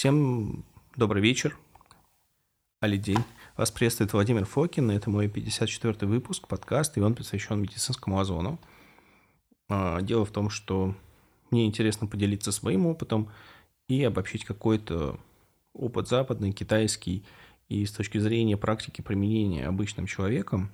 Всем добрый вечер, али день. Вас приветствует Владимир Фокин. Это мой 54-й выпуск подкаста, и он посвящен медицинскому озону. Дело в том, что мне интересно поделиться своим опытом и обобщить какой-то опыт западный, китайский, и с точки зрения практики применения обычным человеком.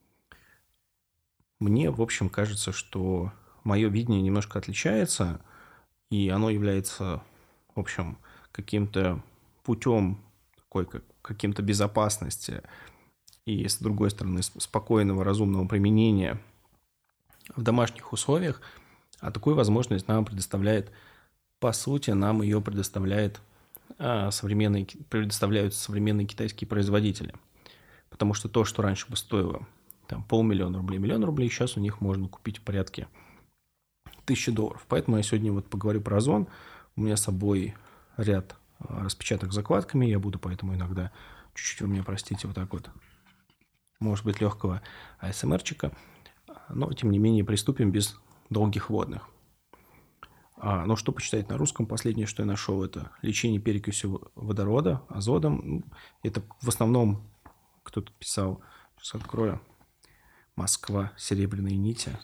Мне, в общем, кажется, что мое видение немножко отличается, и оно является, в общем, каким-то путем такой, как каким-то безопасности и, с другой стороны, спокойного, разумного применения в домашних условиях. А такую возможность нам предоставляет, по сути, нам ее предоставляют современные китайские производители. Потому что то, что раньше бы стоило там, $500 000, $1 000 000, сейчас у них можно купить в порядке $1000. Поэтому я сегодня вот поговорю про Озон. У меня с собой ряд распечаток с закладками. Я буду поэтому иногда чуть-чуть, вы меня простите, вот так вот, может быть, легкого АСМРчика. Но, тем не менее, приступим без долгих вводных. Ну, что почитать на русском? Последнее, что я нашел, это лечение перекисью водорода азотом. Это в основном кто-то писал, сейчас открою, Москва, серебряные нити,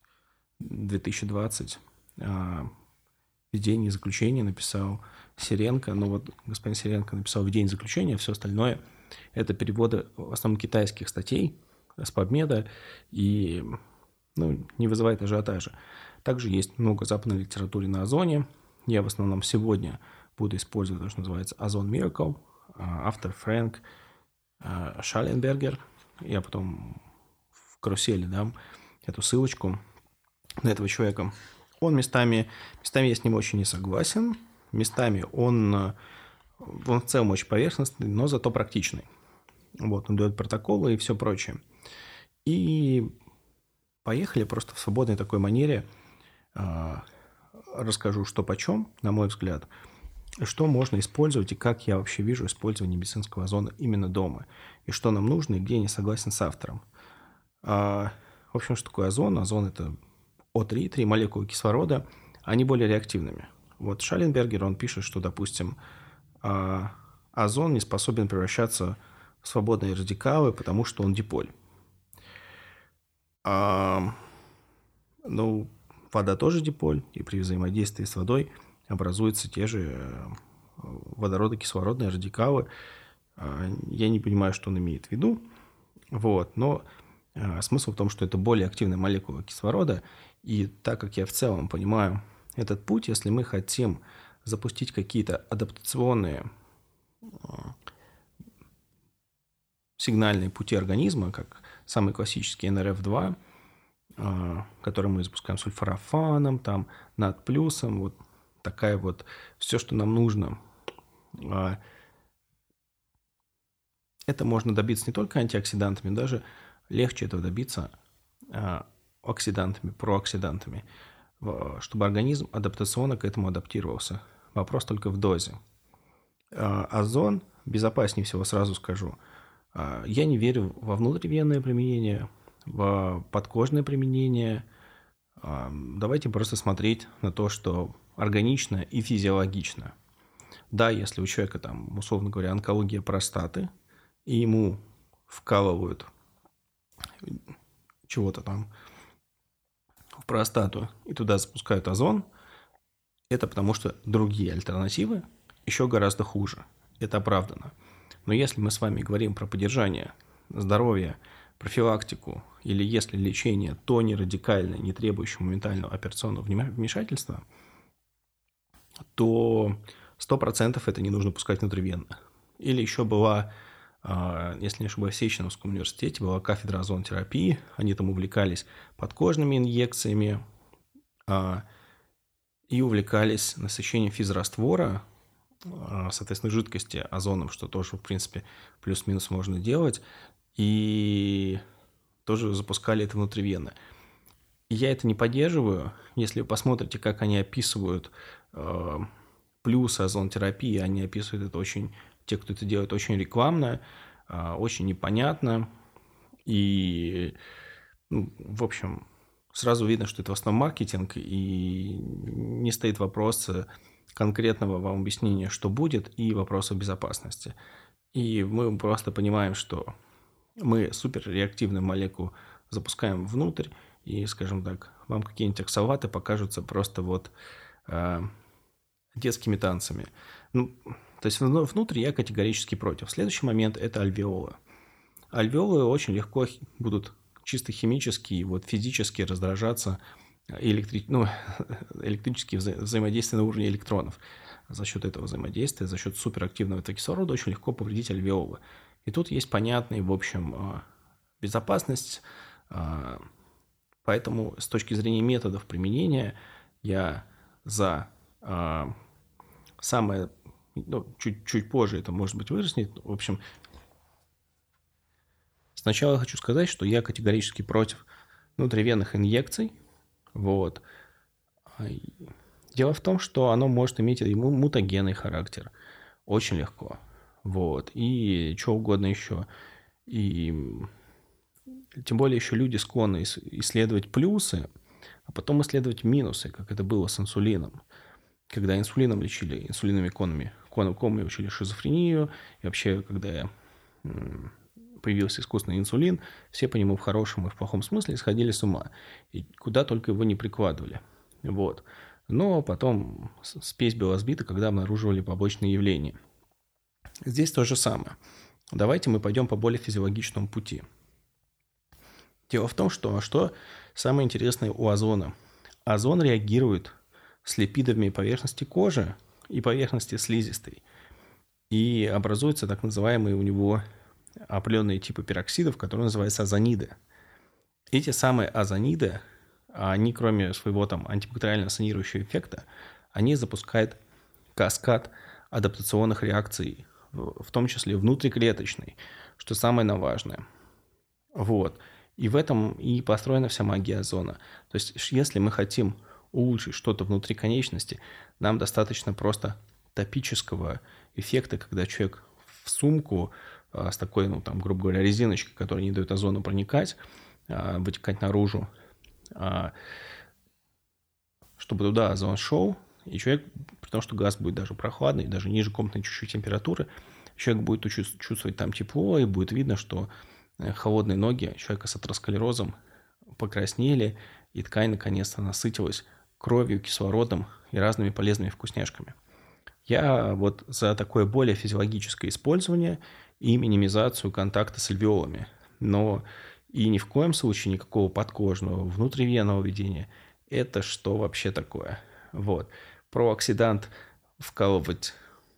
2020. Введение и заключение написал Сиренко. Ну вот господин Сиренко написал введение и заключение, все остальное это переводы в основном китайских статей с PubMed и не вызывает ажиотажа. Также есть много западной литературы на озоне. Я в основном сегодня буду использовать то, что называется Ozone Miracle, автор Фрэнк Шалленбергер. Я потом в карусели дам эту ссылочку на этого человека. Он местами я с ним очень не согласен, местами он в целом очень поверхностный, но зато практичный. Вот, он дает протоколы и все прочее. И поехали просто в свободной такой манере. Расскажу, что почем, на мой взгляд, что можно использовать и как я вообще вижу использование медицинского озона именно дома, и что нам нужно, и где я не согласен с автором. В общем, что такое озон? Озон – это О3, 3 молекулы кислорода, они более реактивными. Вот Шалленбергер, он пишет, что, допустим, озон не способен превращаться в свободные радикалы, потому что он диполь. Вода тоже диполь, и при взаимодействии с водой образуются те же водородно-кислородные радикалы. Я не понимаю, что он имеет в виду, но смысл в том, что это более активная молекула кислорода, и так как я в целом понимаю этот путь, если мы хотим запустить какие-то адаптационные сигнальные пути организма, как самый классический НРФ2, который мы запускаем сульфорафаном, там, над плюсом, вот такая вот, все, что нам нужно. Это можно добиться не только антиоксидантами, даже легче этого добиться оксидантами, прооксидантами, чтобы организм адаптационно к этому адаптировался. Вопрос только в дозе. Озон безопаснее всего, сразу скажу. Я не верю во внутривенное применение, в подкожное применение. Давайте просто смотреть на то, что органично и физиологично. Да, если у человека, там, условно говоря, онкология простаты, и ему вкалывают чего-то там в простату и туда запускают озон, это потому что другие альтернативы еще гораздо хуже. Это оправдано. Но если мы с вами говорим про поддержание здоровья, профилактику, или если лечение, то не радикальное, не требующее моментального операционного вмешательства, то 100% это не нужно пускать внутривенно. Или еще была, если не ошибаюсь, в Сеченовском университете была кафедра озонотерапии, они там увлекались подкожными инъекциями и увлекались насыщением физраствора, соответственно, жидкости озоном, что тоже, в принципе, плюс-минус можно делать, и тоже запускали это внутривенно. Я это не поддерживаю. Если вы посмотрите, как они описывают плюсы озонотерапии, они описывают это очень, те, кто это делает, очень рекламно, очень непонятно. И, в общем, сразу видно, что это в основном маркетинг, и не стоит вопрос, конкретного вам объяснения, что будет, и вопросов безопасности. И мы просто понимаем, что мы суперреактивную молекулу запускаем внутрь, и, скажем так, вам какие-нибудь оксалаты покажутся просто вот детскими танцами. Ну, то есть внутрь я категорически против. Следующий момент – это альвеолы. Альвеолы очень легко будут чисто химически и вот физически раздражаться электрически взаимодействие на уровне электронов. За счет этого взаимодействия, за счет суперактивного кислорода очень легко повредить альвеолы. И тут есть понятная, в общем, безопасность. Поэтому с точки зрения методов применения я за самое, чуть позже это может быть выяснит. В общем, сначала я хочу сказать, что я категорически против внутривенных инъекций. Вот. Дело в том, что оно может иметь мутагенный характер. Очень легко. Вот. И что угодно еще. И тем более еще люди склонны исследовать плюсы, а потом исследовать минусы, как это было с инсулином. Когда инсулином лечили, инсулиновыми комами лечили шизофрению, и вообще, когда появился искусственный инсулин, все по нему в хорошем и в плохом смысле сходили с ума. И куда только его не прикладывали. Вот. Но потом спесь была сбита, когда обнаруживали побочные явления. Здесь то же самое. Давайте мы пойдем по более физиологичному пути. Дело в том, что самое интересное у озона. Озон реагирует с липидами поверхности кожи и поверхности слизистой. И образуются так называемые у него определенные типы пероксидов, которые называются озониды. Эти самые озониды, они, кроме своего там антибактериально-санирующего эффекта, они запускают каскад адаптационных реакций, в том числе внутриклеточной, что самое важное. Вот. И в этом и построена вся магия озона. То есть, если мы хотим улучшить что-то внутри конечности, нам достаточно просто топического эффекта, когда человек в сумку с такой, грубо говоря, резиночкой, которая не дает озону проникать, вытекать наружу, чтобы туда озон шел, и человек, при том, что газ будет даже прохладный, даже ниже комнатной чуть-чуть температуры, человек будет чувствовать там тепло, и будет видно, что холодные ноги человека с атеросклерозом покраснели, и ткань наконец-то насытилась кровью, кислородом и разными полезными вкусняшками. Я вот за такое более физиологическое использование и минимизацию контакта с альвеолами. Но и ни в коем случае никакого подкожного, внутривенного введения. Это что вообще такое? Вот. Прооксидант вкалывать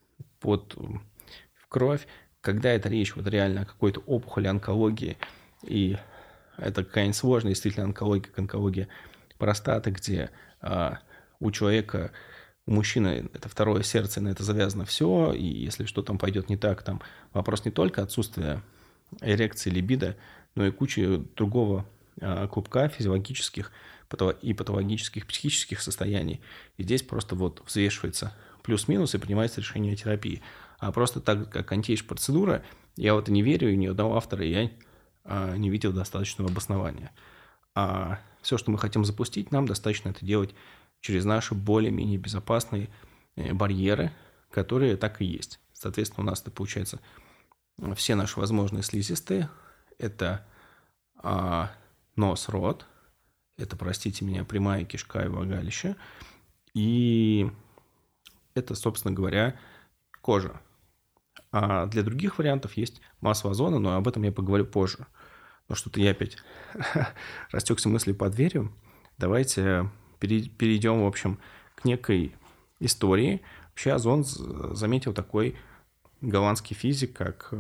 в кровь, когда это речь вот реально о какой-то опухоли, онкологии, и это какая-нибудь сложная действительно онкология простаты, где у человека, у мужчины это второе сердце, на это завязано все, и если что там пойдет не так, там вопрос не только отсутствия эрекции, либидо, но и куча другого клубка физиологических и патологических психических состояний. И здесь просто вот взвешивается плюс-минус и принимается решение о терапии. А просто так, как антиэйдж-процедура, я вот и не верю, и ни одного автора я не видел достаточного обоснования. А все, что мы хотим запустить, нам достаточно это делать через наши более-менее безопасные барьеры, которые так и есть. Соответственно, у нас это получается все наши возможные слизистые. Это нос, рот. Это, простите меня, прямая кишка и влагалище. И это, собственно говоря, кожа. А для других вариантов есть масса озона, но об этом я поговорю позже. Но что-то я опять растекся мыслью под дверью. Давайте перейдем, в общем, к некой истории. Вообще озон заметил такой голландский физик, как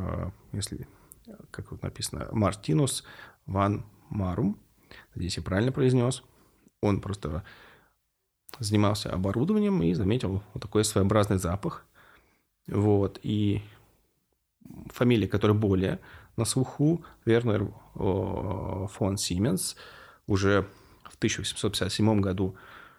вот написано, Мартинус ван Марум. Надеюсь, я правильно произнес. Он просто занимался оборудованием и заметил вот такой своеобразный запах. Вот. И фамилия, которая более на слуху, Вернер фон Сименс, уже в 1857 году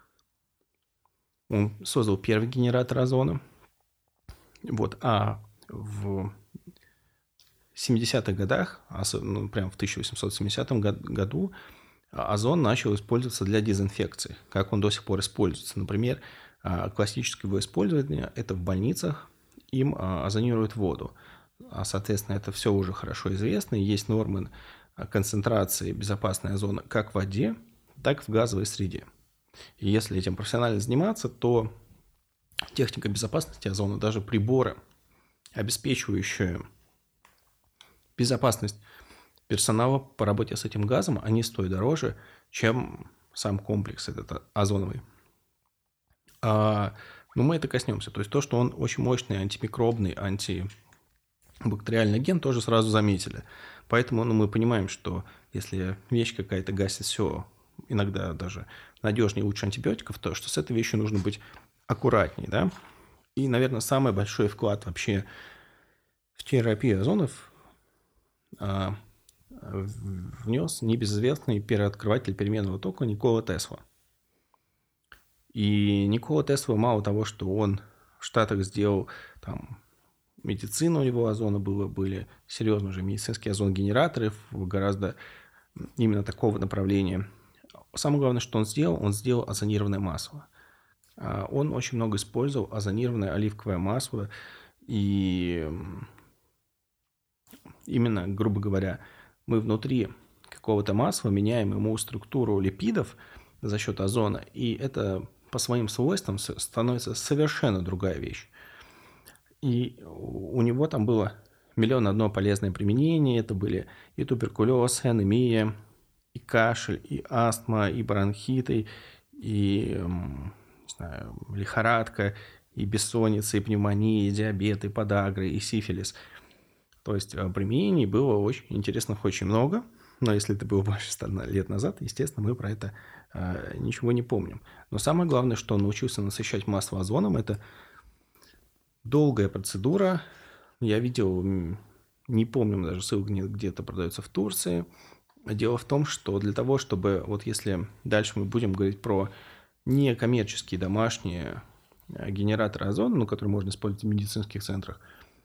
он создал первый генератор озона. Вот. А в 70-х годах, прямо в 1870 году, озон начал использоваться для дезинфекции, как он до сих пор используется. Например, классическое его использование – это в больницах им озонируют воду. Соответственно, это все уже хорошо известно. Есть нормы концентрации безопасной озона как в воде, так и в газовой среде. И если этим профессионально заниматься, то техника безопасности озона, даже приборы, обеспечивающие безопасность персонала по работе с этим газом, они стоят дороже, чем сам комплекс этот озоновый. Но мы это коснемся. То есть то, что он очень мощный антимикробный, антибактериальный агент, тоже сразу заметили. Поэтому мы понимаем, что если вещь какая-то гасит все, иногда даже надежнее, лучше антибиотиков, то что с этой вещью нужно быть аккуратнее, да? И, наверное, самый большой вклад вообще в терапию озонов внес небезызвестный первооткрыватель переменного тока Никола Тесла. И Никола Тесла, мало того, что он в Штатах сделал там медицина у него озона были серьезные уже медицинские озон-генераторы гораздо именно такого направления. Самое главное, что он сделал озонированное масло. Он очень много использовал озонированное оливковое масло, и именно, грубо говоря, мы внутри какого-то масла меняем ему структуру липидов за счет озона, и это по своим свойствам становится совершенно другая вещь. И у него там было 1,000,001 полезное применение. Это были и туберкулез, и анемия, и кашель, и астма, и бронхиты, и не знаю, лихорадка, и бессонница, и пневмония, и диабет, и подагры, и сифилис. То есть применений было очень интересных очень много. Но если это было больше 100 лет назад, естественно, мы про это ничего не помним. Но самое главное, что он научился насыщать масло озоном, это долгая процедура. Я видел, не помню даже ссылка, где-то продается в Турции. Дело в том, что для того, чтобы, вот если дальше мы будем говорить про некоммерческие домашние генераторы озона, которые можно использовать в медицинских центрах,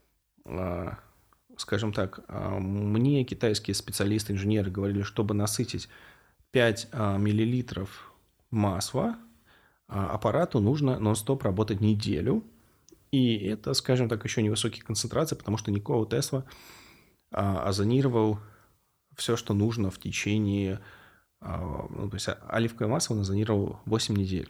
скажем так, мне китайские специалисты, инженеры говорили, чтобы насытить 5 миллилитров масла, аппарату нужно нон-стоп работать неделю. И это, скажем так, еще невысокие концентрации, потому что Никола Тесла озонировал все, что нужно в течение... то есть оливковое масло он озонировал 8 недель.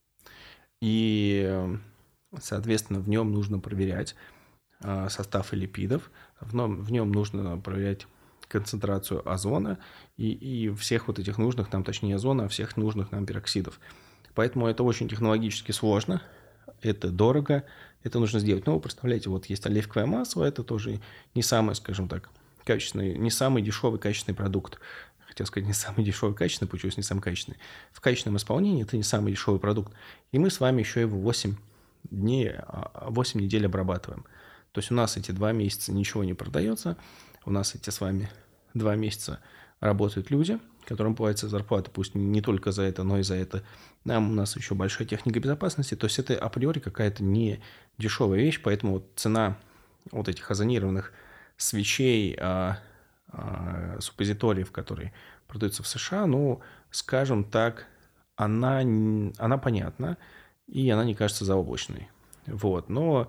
И, соответственно, в нем нужно проверять состав липидов, в нем нужно проверять концентрацию озона и всех вот этих нужных нам, точнее озона, всех нужных нам пероксидов. Поэтому это очень технологически сложно, это дорого, это нужно сделать. Но вы представляете, вот есть оливковое масло, это тоже не самый, скажем так, качественный, не самый дешевый качественный продукт. Хотел сказать, не самый дешевый качественный, получилось не самый качественный. В качественном исполнении это не самый дешевый продукт. И мы с вами еще его 8 недель обрабатываем. То есть у нас эти 2 месяца ничего не продается, у нас эти с вами 2 месяца работают люди, которым платится зарплата, пусть не только за это, но и за это. У нас еще большая техника безопасности, то есть это априори какая-то не дешевая вещь, поэтому вот цена вот этих озонированных свечей, суппозиториев, которые продаются в США, ну, скажем так, она понятна, и она не кажется заоблачной. Вот, но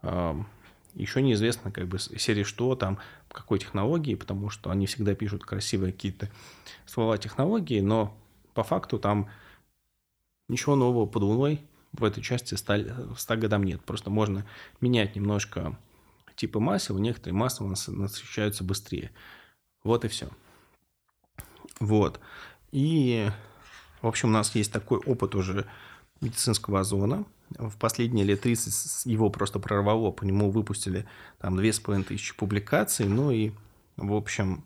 еще неизвестно, как бы, серии что там, какой технологии, потому что они всегда пишут красивые какие-то слова технологии, но по факту там ничего нового под луной в этой части 100 годам нет. Просто можно менять немножко типы масел, некоторые масла насыщаются быстрее. Вот и все. Вот. И, в общем, у нас есть такой опыт уже медицинского озона. В последние лет 30 его просто прорвало, по нему выпустили там 2500 публикаций, ну и, в общем,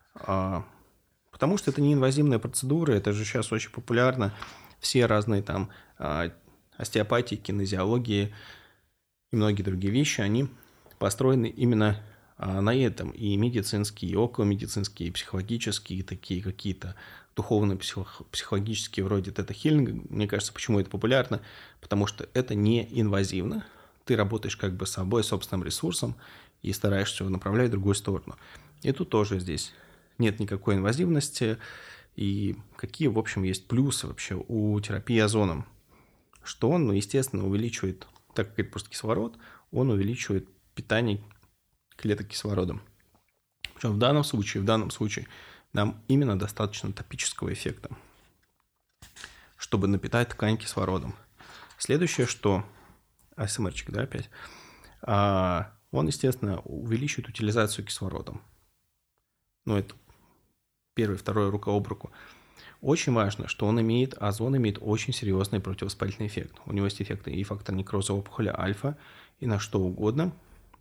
потому что это неинвазивная процедура, это же сейчас очень популярно, все разные там остеопатии, кинезиологии и многие другие вещи, они построены именно на этом, и медицинские, и околомедицинские, и психологические, и такие какие-то духовно-психологические, вроде тета-хилинга. Мне кажется, почему это популярно? Потому что это не инвазивно. Ты работаешь как бы с собой, собственным ресурсом, и стараешься его направлять в другую сторону. И тут тоже здесь нет никакой инвазивности. И какие, в общем, есть плюсы вообще у терапии озоном? что он, естественно, увеличивает, так как это просто кислород, он увеличивает питание клеток кислородом. Причем в данном случае нам именно достаточно топического эффекта, чтобы напитать ткань кислородом. Следующее, что... АСМРчик, да, опять? Он, естественно, увеличивает утилизацию кислородом. Это первое, второе, рука об руку. Очень важно, что озон имеет очень серьезный противовоспалительный эффект. У него есть эффекты и фактор некроза опухоли альфа, и на что угодно.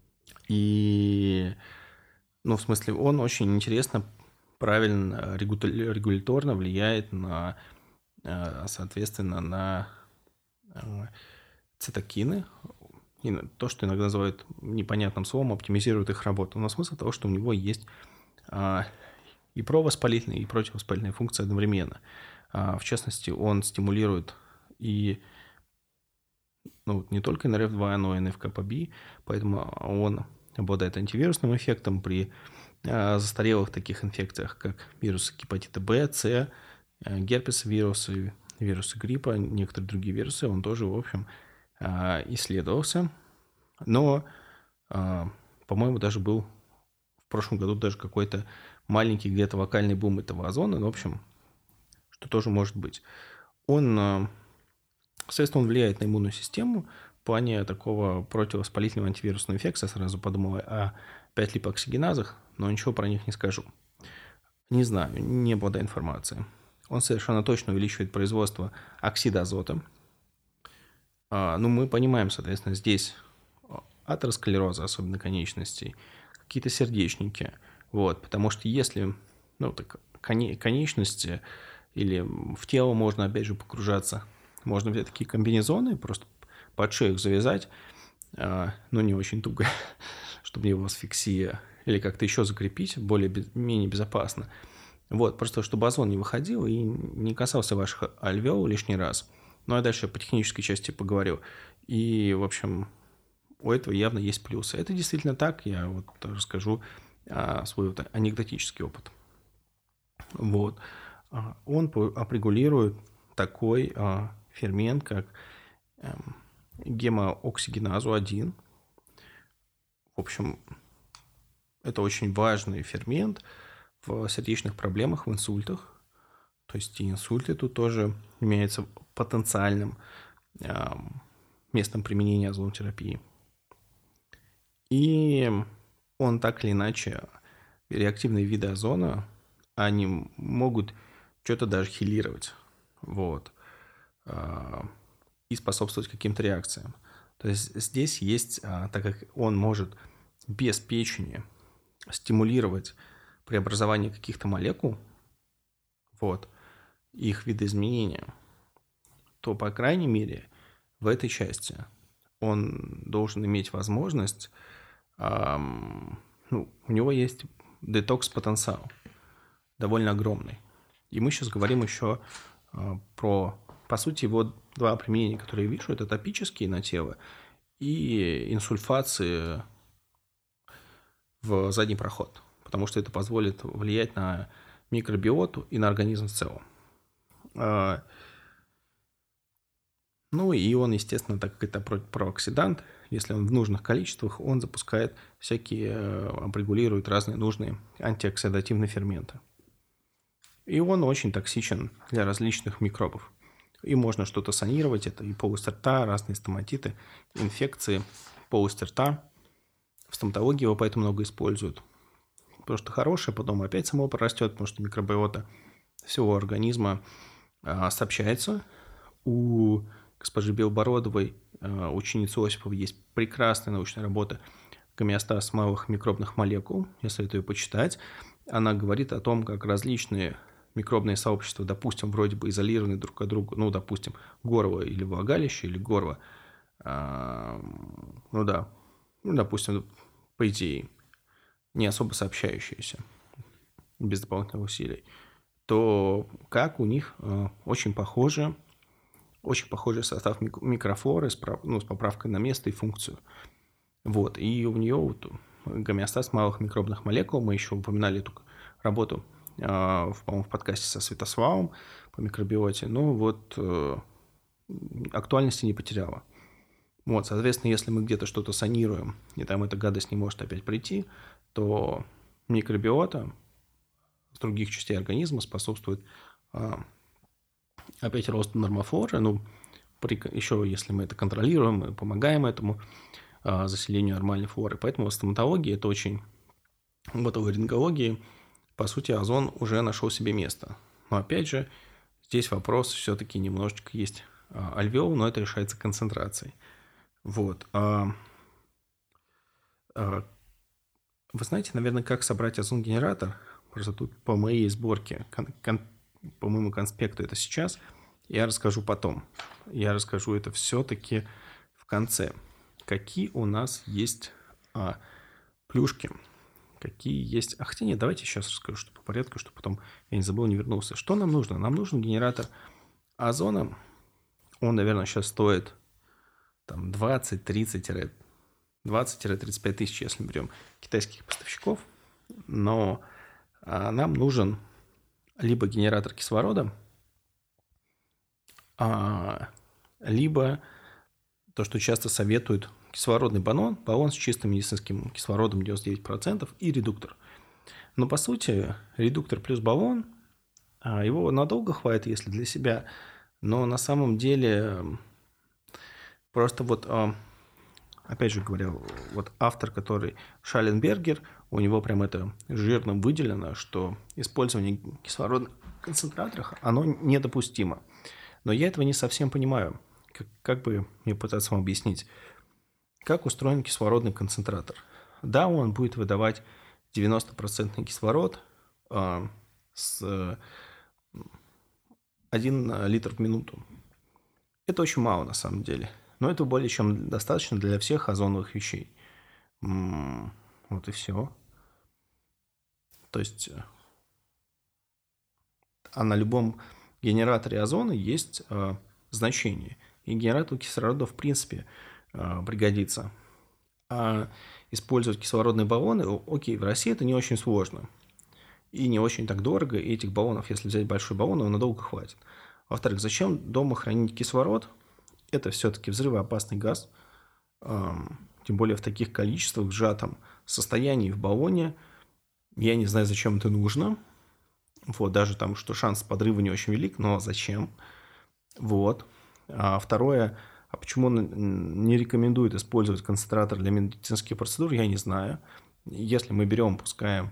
И, в смысле, он очень интересно, правильно, регуляторно влияет на, соответственно, на цитокины, и то, что иногда называют непонятным словом, оптимизирует их работу. Но смысл того, что у него есть и провоспалительная, и противовоспалительная функция одновременно. В частности, он стимулирует и не только НРФ2, но и НФКПБ, поэтому он обладает антивирусным эффектом при застарелых таких инфекциях, как вирусы гепатита Б, С, герпес-вирусы, вирусы гриппа, некоторые другие вирусы. Он тоже, в общем, исследовался. Но, по-моему, даже был в прошлом году даже какой-то маленький где-то локальный бум этого озона. В общем, что тоже может быть. Соответственно, он влияет на иммунную систему в плане такого противовоспалительного антивирусного эффекта. Сразу подумал о 5-липоксигеназах, но ничего про них не скажу. Не знаю, не обладаю информацией. Он совершенно точно увеличивает производство оксида азота. Мы понимаем, соответственно, здесь атеросклероза, особенно конечностей, какие-то сердечники. Потому что если конечности или в тело можно, опять же, погружаться, можно взять такие комбинезоны, просто под шею их завязать, но не очень туго, чтобы не было асфиксия, или как-то еще закрепить, менее безопасно. Просто чтобы озон не выходил и не касался ваших альвеол лишний раз. Я дальше по технической части поговорю. И, в общем, у этого явно есть плюсы. Это действительно так. Я расскажу свой анекдотический опыт. Он отрегулирует такой фермент, как гемооксигеназу 1. В общем, это очень важный фермент в сердечных проблемах, в инсультах. То есть и инсульты тут тоже являются потенциальным местом применения озонотерапии. И он так или иначе, реактивные виды озона, они могут что-то даже хилировать. И способствовать каким-то реакциям. То есть здесь есть, так как он может без печени стимулировать преобразование каких-то молекул, их видоизменения, то, по крайней мере, в этой части он должен иметь возможность, у него есть детокс-потенциал довольно огромный. И мы сейчас говорим еще про, по сути, его два применения, которые я вижу, это топические на тело и инсульфации в задний проход, потому что это позволит влиять на микробиоту и на организм в целом. И он, естественно, так как это прооксидант, если он в нужных количествах, он запускает регулирует разные нужные антиоксидативные ферменты. И он очень токсичен для различных микробов. И можно что-то санировать, это и полость рта, разные стоматиты, инфекции полости рта. В стоматологии его поэтому много используют. Потому что хорошее, потом опять само прорастет, потому что микробиота всего организма сообщается. У госпожи Белобородовой, ученицы Осиповой, есть прекрасная научная работа «Гомеостаз малых микробных молекул», я советую почитать. Она говорит о том, как различные микробные сообщества, допустим, вроде бы изолированы друг от друга, допустим, горло или влагалище, или горло, допустим, по идее, не особо сообщающиеся, без дополнительных усилий, то как у них очень похожий состав микрофлоры с поправкой на место и функцию. И у нее гомеостаз малых микробных молекул, мы еще упоминали эту работу, по-моему, в подкасте со Святославом по микробиоте. актуальности не потеряла. Вот, соответственно, если мы где-то что-то санируем, и там эта гадость не может опять прийти, то микробиота с других частей организма способствует опять росту нормофлоры. Ну, еще если мы это контролируем, мы помогаем этому заселению нормальной флоры. Поэтому в стоматологии это очень... В отоларингологии, по сути, озон уже нашел себе место. Но опять же, здесь вопрос все-таки немножечко есть альвеол, но это решается концентрацией. Вот. Вы знаете, наверное, как собрать озон-генератор? Просто тут по моей сборке, по моему конспекту это сейчас, я расскажу потом. Я расскажу это все-таки в конце. Какие у нас есть плюшки? Какие есть... хотя нет, давайте сейчас расскажу, что по порядку, чтобы потом я не забыл, не вернулся. Что нам нужно? Нам нужен генератор озона. Он, наверное, сейчас стоит там 20-35 тысяч, если мы берем китайских поставщиков. Но нам нужен либо генератор кислорода, либо то, что часто советуют, кислородный баллон с чистым медицинским кислородом 99% и редуктор. Но по сути редуктор плюс баллон, его надолго хватит, если для себя. Но на самом деле просто вот, опять же говоря, вот автор, который Шалленбергер, у него прям это жирно выделено, что использование кислородных концентраторов, оно недопустимо. Но я этого не совсем понимаю. Как бы мне пытаться вам объяснить, как устроен кислородный концентратор? Да, он будет выдавать 90% кислород с 1 литр в минуту. Это очень мало на самом деле. Но это более чем достаточно для всех озоновых вещей. Вот и все. То есть, на любом генераторе озона есть значение. И генератор кислорода в принципе пригодится. А использовать кислородные баллоны, окей, в России это не очень сложно. И не очень так дорого. И этих баллонов, если взять большой баллон, его надолго хватит. Во-вторых, зачем дома хранить кислород? Это все-таки взрывоопасный газ. Тем более в таких количествах, в сжатом состоянии в баллоне. Я не знаю, зачем это нужно. Вот, даже там, что шанс подрыва не очень велик, но зачем? Вот. Второе, почему он не рекомендует использовать концентратор для медицинских процедур, я не знаю. Если мы берем, пускаем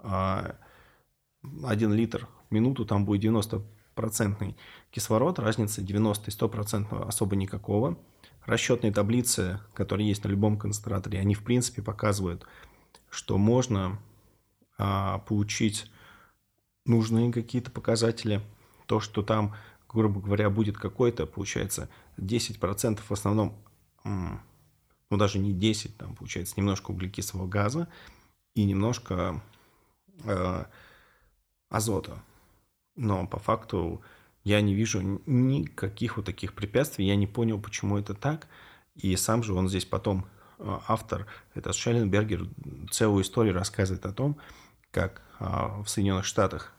1 литр в минуту, там будет 90% кислород, разницы 90 и 100% особо никакого. Расчетные таблицы, которые есть на любом концентраторе, они в принципе показывают, что можно получить нужные какие-то показатели. То, что там, грубо говоря, будет какой-то, получается, 10% в основном, ну даже не 10, там получается немножко углекислого газа и немножко азота. Но по факту я не вижу никаких вот таких препятствий. Я не понял, почему это так. И сам же он здесь потом, автор, этот Шелленбергер, целую историю рассказывает о том, как в Соединенных Штатах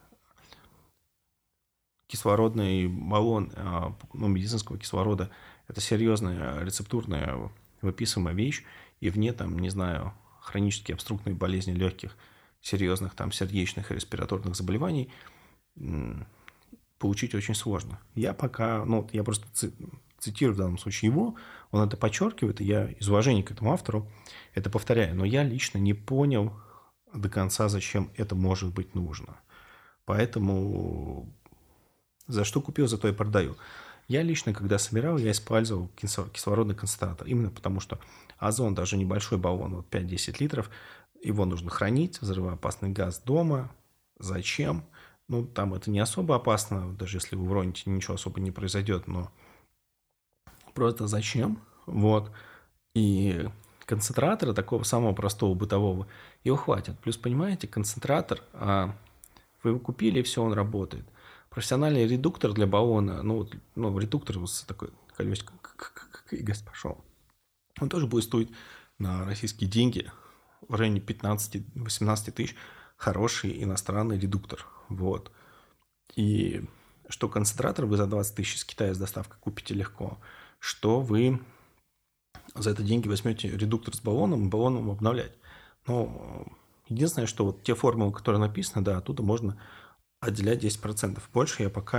кислородный баллон медицинского кислорода – это серьезная рецептурная выписываемая вещь, и вне, там, не знаю, хронические обструктивные болезни легких, серьезных там сердечных и респираторных заболеваний получить очень сложно. Я пока, я просто цитирую в данном случае его, он это подчеркивает, и я из уважения к этому автору это повторяю, но я лично не понял до конца, зачем это может быть нужно. Поэтому за что купил, за то и продаю. Я лично, когда собирал, я использовал кислородный концентратор. Именно потому, что озон, даже небольшой баллон, 5-10 литров, его нужно хранить, взрывоопасный газ дома. Зачем? Там это не особо опасно, даже если вы уроните, ничего особо не произойдет, но просто зачем? Вот. И концентратора, такого самого простого бытового, его хватит. Плюс, понимаете, концентратор, вы его купили, и все, он работает. Профессиональный редуктор для баллона, редуктор с такой колесиком, и газ пошел. Он тоже будет стоить на российские деньги в районе 15-18 тысяч. Хороший иностранный редуктор. Вот. И что концентратор вы за 20 тысяч из Китая с доставкой купите легко, что вы за это деньги возьмете редуктор с баллоном и баллоном обновлять. Но единственное, что вот те формулы, которые написаны, да, оттуда можно отделять 10%. Больше я пока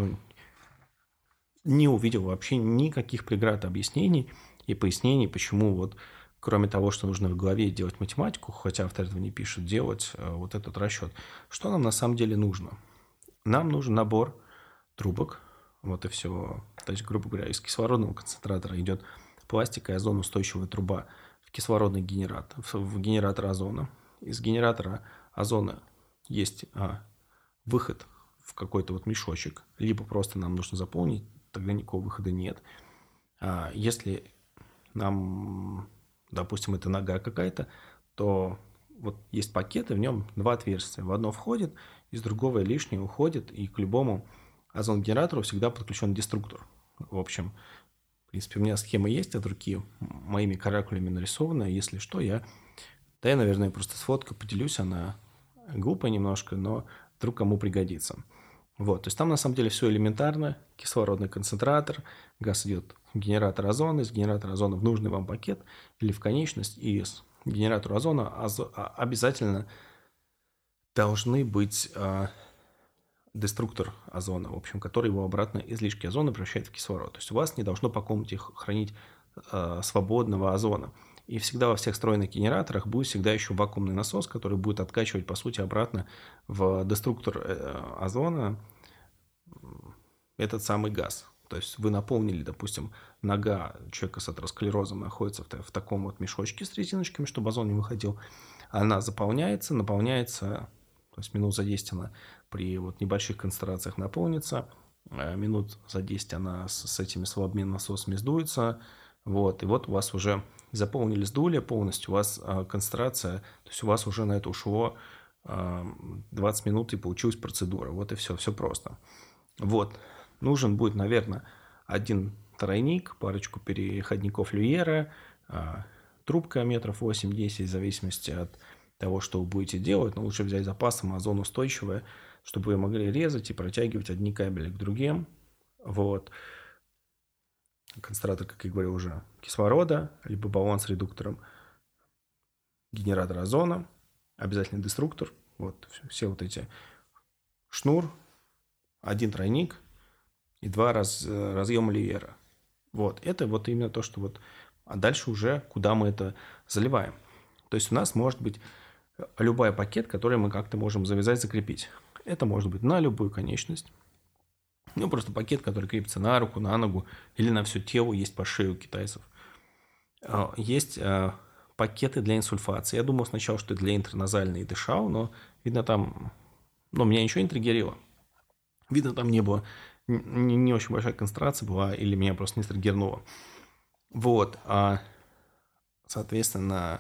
не увидел вообще никаких преград объяснений и пояснений, почему вот кроме того, что нужно в голове делать математику, хотя автор этого не пишет, делать вот этот расчет. Что нам на самом деле нужно? Нам нужен набор трубок, вот и все. То есть, грубо говоря, из кислородного концентратора идет пластик и озоноустойчивая труба в кислородный генератор, в генератор озона. Из генератора озона есть выход в какой-то вот мешочек, либо просто нам нужно заполнить, тогда никакого выхода нет. Если нам, допустим, это нога какая-то, то вот есть пакет, и в нем два отверстия. В одно входит, из другого лишнее уходит, и к любому озон-генератору всегда подключен деструктор. В общем, в принципе, у меня схема есть от руки, моими каракулями нарисована. Если что, я, наверное, просто сфоткаю, поделюсь. Она глупая немножко, но вдруг кому пригодится. Вот, то есть там на самом деле все элементарно. Кислородный концентратор, газ идет в генератор озона, из генератора озона в нужный вам пакет или в конечность, и из генератора озона обязательно должны быть деструктор озона, в общем, который его обратно излишки озона превращает в кислород. То есть у вас не должно по комнате хранить свободного озона. И всегда во всех встроенных генераторах будет всегда еще вакуумный насос, который будет откачивать, по сути, обратно в деструктор озона этот самый газ. То есть вы наполнили, допустим, нога человека с атеросклерозом находится в таком вот мешочке с резиночками, чтобы озон не выходил. Она заполняется, наполняется, то есть минут за 10 она при вот небольших концентрациях наполнится, минут за 10 она с этими слабыми насосами сдуется. Вот, и вот у вас уже заполнили, сдули полностью, у вас концентрация, то есть у вас уже на это ушло 20 минут и получилась процедура. Вот и все просто. Вот, нужен будет, наверное, один тройник, парочку переходников Люера, трубка метров 8-10, в зависимости от того, что вы будете делать, но лучше взять запасом озоноустойчивое, чтобы вы могли резать и протягивать одни кабели к другим. Вот. Концентратор, как я говорил уже, кислорода, либо баллон с редуктором, генератор озона, обязательно деструктор, вот все вот эти шнур, один тройник и два разъема Люера. Вот, это вот именно то, что вот, а дальше уже куда мы это заливаем. То есть у нас может быть любой пакет, который мы как-то можем завязать, закрепить. Это может быть на любую конечность. Ну, просто пакет, который крепится на руку, на ногу или на все тело, есть по шее у китайцев. Есть пакеты для инсульфации. Я думал сначала, что это для интраназальной дышал, но, видно, там... Но меня ничего не триггерило. Видно, там не было... Не очень большая концентрация была, или меня просто не триггернуло. Вот. Соответственно,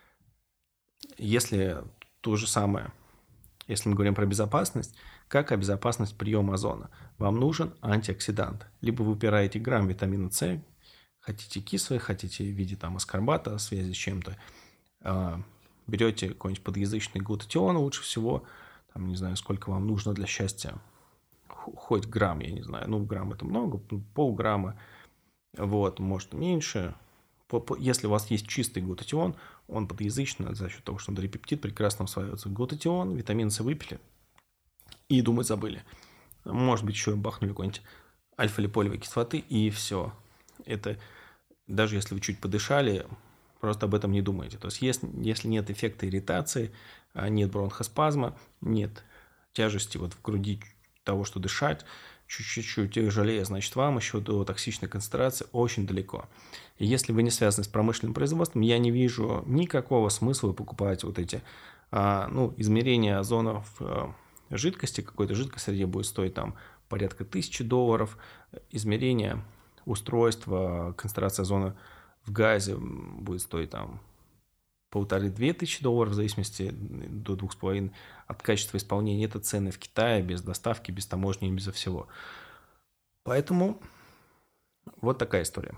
если то же самое... Если мы говорим про безопасность, какая безопасность приема озона? Вам нужен антиоксидант. Либо вы упираете грамм витамина С, хотите кислый, хотите в виде там аскорбата, в связи с чем-то. Берете какой-нибудь подъязычный глутатион, лучше всего, там, не знаю, сколько вам нужно для счастья, хоть грамм, я не знаю, ну, грамм это много, полграмма, вот, может меньше. Если у вас есть чистый глутатион, он подъязычный за счет того, что он дорипептид, прекрасно усваивается. Глутатион, витамин С выпили и думать забыли. Может быть, еще бахнули какой-нибудь альфа-липолевой кислоты, и все. Это даже если вы чуть подышали, просто об этом не думаете. То есть, если нет эффекта ирритации, нет бронхоспазма, нет тяжести вот в груди того, что дышать, чуть-чуть тяжелее, значит, вам еще до токсичной концентрации очень далеко. И если вы не связаны с промышленным производством, я не вижу никакого смысла покупать вот эти измерения озона в жидкости. Какой-то жидкой среде будет стоить там порядка $1000. Измерение устройства концентрации озона в газе будет стоить там $1500-2000, в зависимости до 2,5 от качества исполнения. Это цены в Китае, без доставки, без таможни и безо всего. Поэтому вот такая история.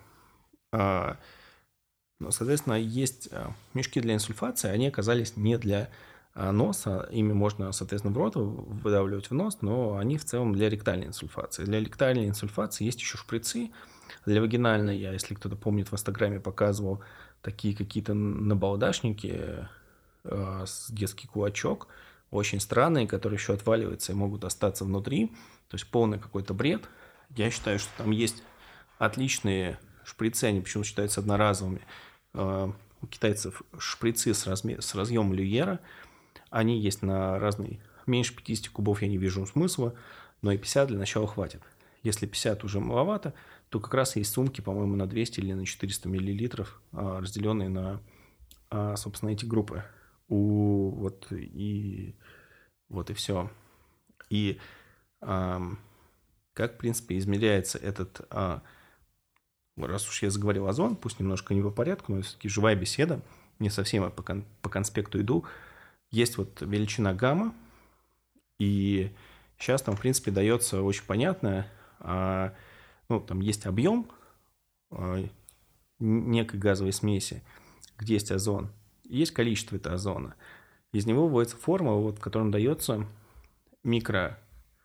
Соответственно, есть мешки для инсульфации, они оказались не для носа, ими можно, соответственно, в рот выдавливать в нос, но они в целом для ректальной инсульфации. Для ректальной инсульфации есть еще шприцы. Для вагинальной я, если кто-то помнит, в Инстаграме показывал такие какие-то набалдашники, с детский кулачок, очень странные, которые еще отваливаются и могут остаться внутри. То есть полный какой-то бред. Я считаю, что там есть отличные шприцы, они почему-то считаются одноразовыми. У китайцев шприцы с разъемом Люера. Они есть на разный... Меньше 50 кубов я не вижу смысла, но и 50 для начала хватит. Если 50 уже маловато, то как раз есть сумки, по-моему, на 200 или на 400 миллилитров, разделенные на, собственно, эти группы. Вот и все. И как, в принципе, измеряется этот... раз уж я заговорил озон, пусть немножко не по порядку, но все-таки живая беседа, не совсем по конспекту иду. Есть вот величина гамма, и сейчас там, в принципе, дается очень понятно, там есть объем некой газовой смеси, где есть озон, и есть количество этого озона. Из него вводится формула, в которой дается микрограмм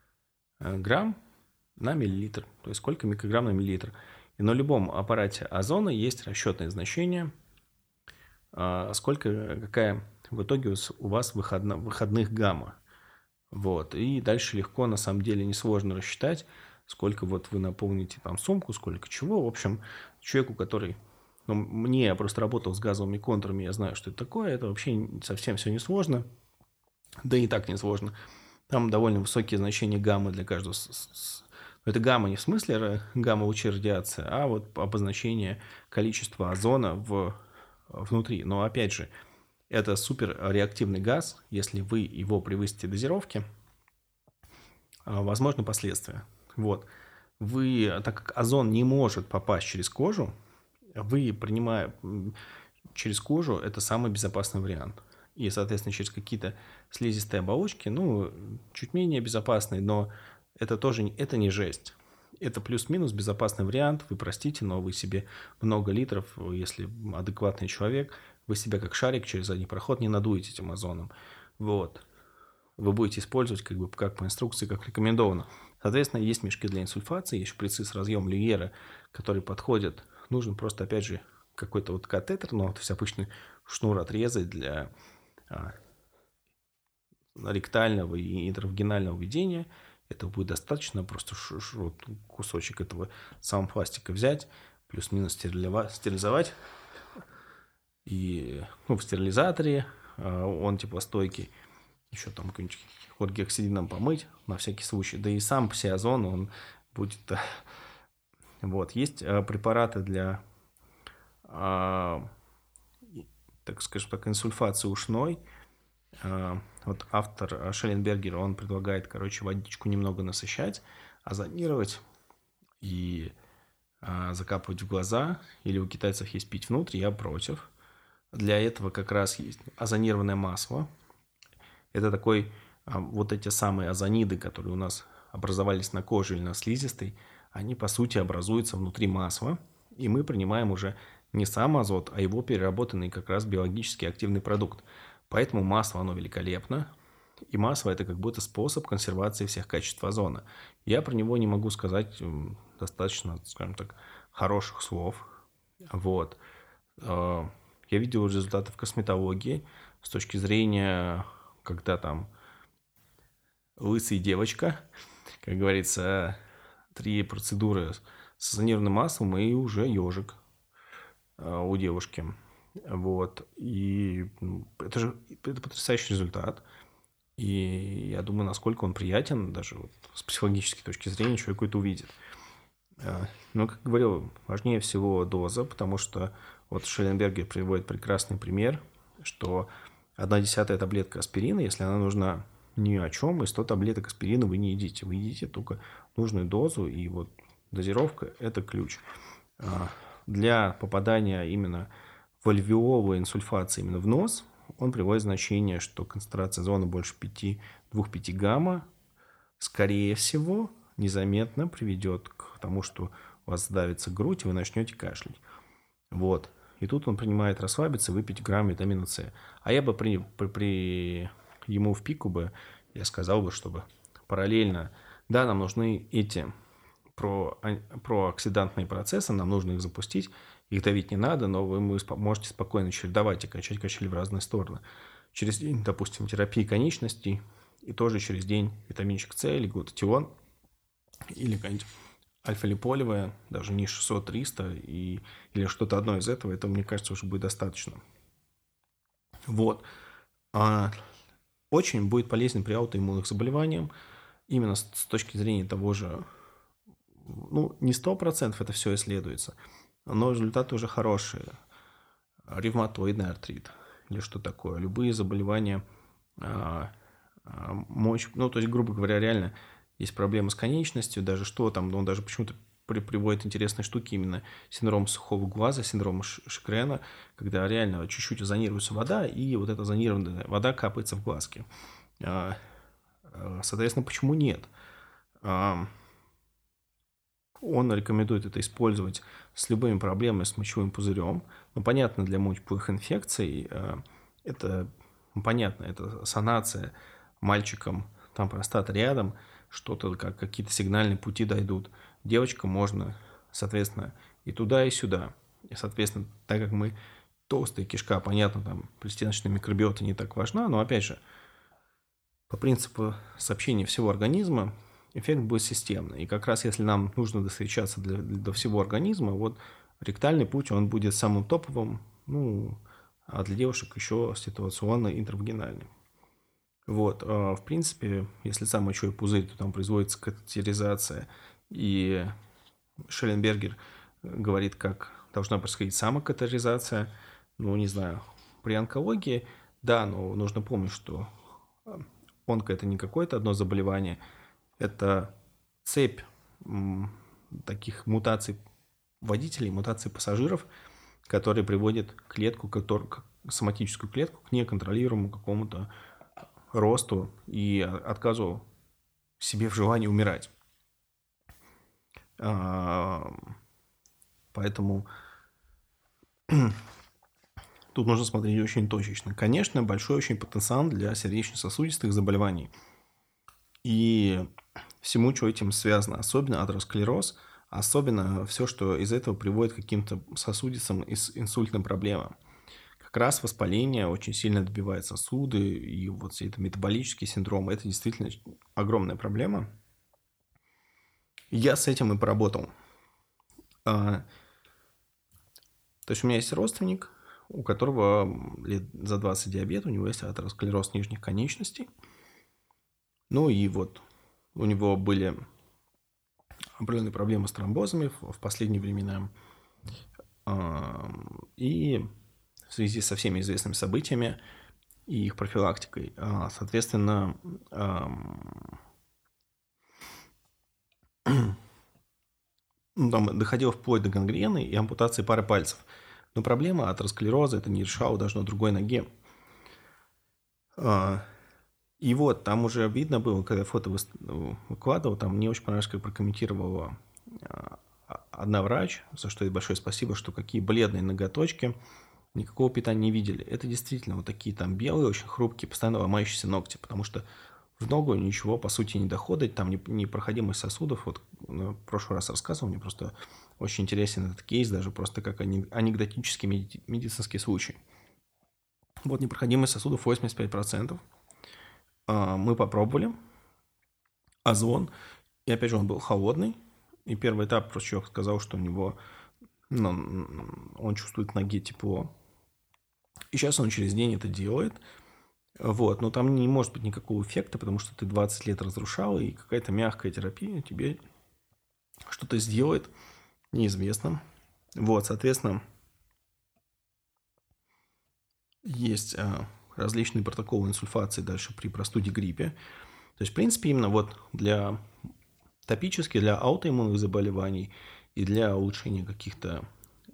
на миллилитр, то есть сколько микрограмм на миллилитр. И на любом аппарате озона есть расчетное значение, какая в итоге у вас выходных гамма. Вот. И дальше легко, на самом деле, несложно рассчитать, сколько вот вы наполните там сумку, сколько чего. В общем, человеку, который... я просто работал с газовыми контурами, я знаю, что это такое. Это вообще совсем все несложно. Да и так несложно. Там довольно высокие значения гаммы для каждого. Это гамма не в смысле гамма лучей радиации, а вот обозначение количества озона внутри. Но опять же, это суперреактивный газ. Если вы его превысите дозировки, возможны последствия. Вот. Так как озон не может попасть через кожу, вы, принимая через кожу, это самый безопасный вариант. И, соответственно, через какие-то слизистые оболочки, чуть менее безопасные, но это не жесть. Это плюс-минус безопасный вариант. Вы простите, но вы себе много литров, если адекватный человек, вы себя как шарик через задний проход не надуете этим озоном. Вот. Вы будете использовать как по инструкции, как рекомендовано. Соответственно, есть мешки для инсульфации, есть шприцы с разъемом Люера, которые подходят. Нужен просто, опять же, какой-то вот катетер, то есть обычный шнур отрезать для ректального и интравагинального введения. Этого будет достаточно, просто кусочек этого самого пластика взять, плюс-минус стерилизовать. И в стерилизаторе он теплостойкий. Еще там какой-нибудь хлоргексидином помыть на всякий случай. Да и сам озон, он будет... Вот. Есть препараты для, инсульфации ушной. Вот автор Шелленбергер, он предлагает, водичку немного насыщать, озонировать и закапывать в глаза. Или у китайцев есть пить внутрь, я против. Для этого как раз есть озонированное масло. Это вот эти самые озониды, которые у нас образовались на коже или на слизистой, они, по сути, образуются внутри масла, и мы принимаем уже не сам азот, а его переработанный как раз биологически активный продукт. Поэтому масло, оно великолепно, и масло – это как будто способ консервации всех качеств озона. Я про него не могу сказать достаточно, скажем так, хороших слов. Вот. Я видел результаты в косметологии с точки зрения, когда там лысая девочка, как говорится, 3 процедуры с озонированным маслом, и уже ежик у девушки. Вот. И это потрясающий результат. И я думаю, насколько он приятен, даже с психологической точки зрения, человек это увидит. Но, как говорил, важнее всего доза, потому что вот Шелленбергер приводит прекрасный пример, что 1/10 таблетка аспирина, если она нужна ни о чем, и 100 таблеток аспирина вы не едите. Вы едите только нужную дозу, и вот дозировка – это ключ. Для попадания именно в альвеоловой инсульфации именно в нос, он приводит значение, что концентрация озона больше 2,5 гамма, скорее всего, незаметно приведет к тому, что у вас сдавится грудь, и вы начнете кашлять. Вот. И тут он принимает расслабиться, выпить грамм витамина С. А я бы ему в пику бы я сказал бы, чтобы параллельно, да, нам нужны эти прооксидантные процессы, нам нужно их запустить, их давить не надо, но вы можете спокойно чередовать и качать качели в разные стороны. Через день, допустим, терапии конечностей, и тоже через день витаминчик С или глутатион, или какая-нибудь альфа-липолевая, даже не 600-300, или что-то одно из этого, это, мне кажется, уже будет достаточно. Вот. Очень будет полезен при аутоиммунных заболеваниях, именно с точки зрения того же, ну, не 100% это все исследуется, но результаты уже хорошие. Ревматоидный артрит или что такое, любые заболевания ну, то есть, грубо говоря, реально есть проблемы с конечностью, даже что там, он даже почему-то приводит интересные штуки, именно синдром сухого глаза, синдром Шикрена, когда реально чуть-чуть озонируется вода, и вот эта озонированная вода капается в глазки. Соответственно, почему нет? Он рекомендует это использовать с любыми проблемами с мочевым пузырем. Ну, понятно, для мочевых инфекций это, понятно, это санация мальчикам, там простата рядом, что-то, как какие-то сигнальные пути дойдут. Девочкам можно, соответственно, и туда, и сюда. И, соответственно, так как мы толстая кишка, понятно, там пристеночная микробиота не так важна, но, опять же, по принципу сообщения всего организма, эффект будет системный. И как раз если нам нужно достучаться до всего организма, вот ректальный путь, он будет самым топовым, ну, а для девушек еще ситуационно интравагинальный. Вот, в принципе, если сам мочевой пузырь, то там производится катетеризация, и Шелленбергер говорит, как должна происходить самокатетеризация. Ну, не знаю, при онкологии, да, но нужно помнить, что онко – это не какое-то одно заболевание, это цепь таких мутаций водителей, мутаций пассажиров, которые приводят клетку, соматическую клетку к неконтролируемому какому-то росту и отказу себе в желании умирать. Поэтому тут нужно смотреть очень точечно. Конечно, большой очень потенциал для сердечно-сосудистых заболеваний. И всему, что этим связано, особенно атеросклероз, особенно все, что из этого приводит к каким-то сосудистым и инсультным проблемам. Как раз воспаление очень сильно добивает сосуды, и вот все это метаболический синдром, это действительно огромная проблема. Я с этим и поработал. То есть у меня есть родственник, у которого лет за 20 диабет, у него есть атеросклероз нижних конечностей. Ну и вот у него были определенные проблемы с тромбозами в последние времена. И в связи со всеми известными событиями и их профилактикой, соответственно, там доходило вплоть до гангрены и ампутации пары пальцев. Но проблема атеросклероза это не решало даже на другой ноге. И вот, там уже видно было, когда фото выкладывал, там мне очень понравилось, как прокомментировала одна врач, за что ей большое спасибо, что какие бледные ноготочки, никакого питания не видели. Это действительно вот такие там белые, очень хрупкие, постоянно ломающиеся ногти, потому что в ногу ничего, по сути, не доходит, там непроходимость сосудов. Вот в прошлый раз рассказывал, мне просто очень интересен этот кейс, даже просто как анекдотический медицинский случай. Вот непроходимость сосудов 85%. Мы попробовали озон, и опять же он был холодный, и первый этап просто человек сказал, что у него, он чувствует в ноге тепло, и сейчас он через день это делает, вот, но там не может быть никакого эффекта, потому что ты 20 лет разрушал, и какая-то мягкая терапия тебе что-то сделает, неизвестно. Вот, соответственно, есть различные протоколы инсульфации дальше при простуде, гриппе. То есть, в принципе, именно вот для топически, для аутоиммунных заболеваний и для улучшения каких-то